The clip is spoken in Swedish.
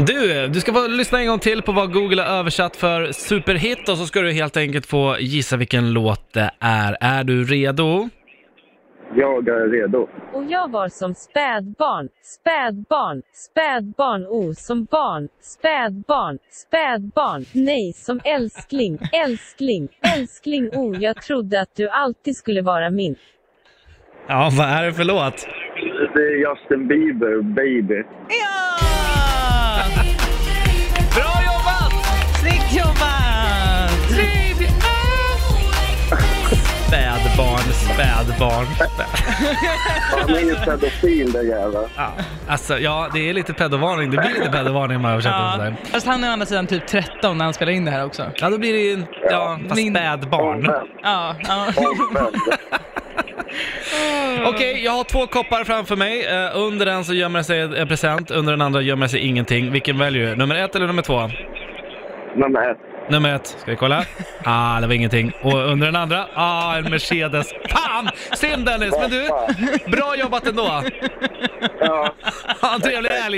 Du ska få lyssna en gång till på vad Google har översatt för superhit och så ska du helt enkelt få gissa vilken låt det är. Är du redo? Jag är redo. Och jag var som spädbarn, spädbarn, spädbarn, som barn, spädbarn, spädbarn, nej som älskling, älskling, älskling, jag trodde att du alltid skulle vara min. Ja, vad är det för låt? Det är Justin Bieber, Baby. Ja! Bra jobbat! Snyggt jobbat! Spädbarn. Han är ju pedofil, det jävlar. Ja, alltså, ja, det är lite pedovarning. Det blir lite pedovarning om man översätter det sådär. Fast han är å andra sidan typ 13 när han spelar in det här också. Ja, då blir det ju fast spädbarn. Ja. Okej, jag har 2 koppar framför mig. Under den så gömmer sig en present. Under den andra gömmer sig ingenting. Vilken väljer du? Nummer 1 eller nummer 2? Nummer 1. Nummer 1, ska vi kolla? Det var ingenting. Och under den andra, en Mercedes. Fan! Synd Dennis, men du, bra jobbat ändå. Ja. Ha en trevlig helg.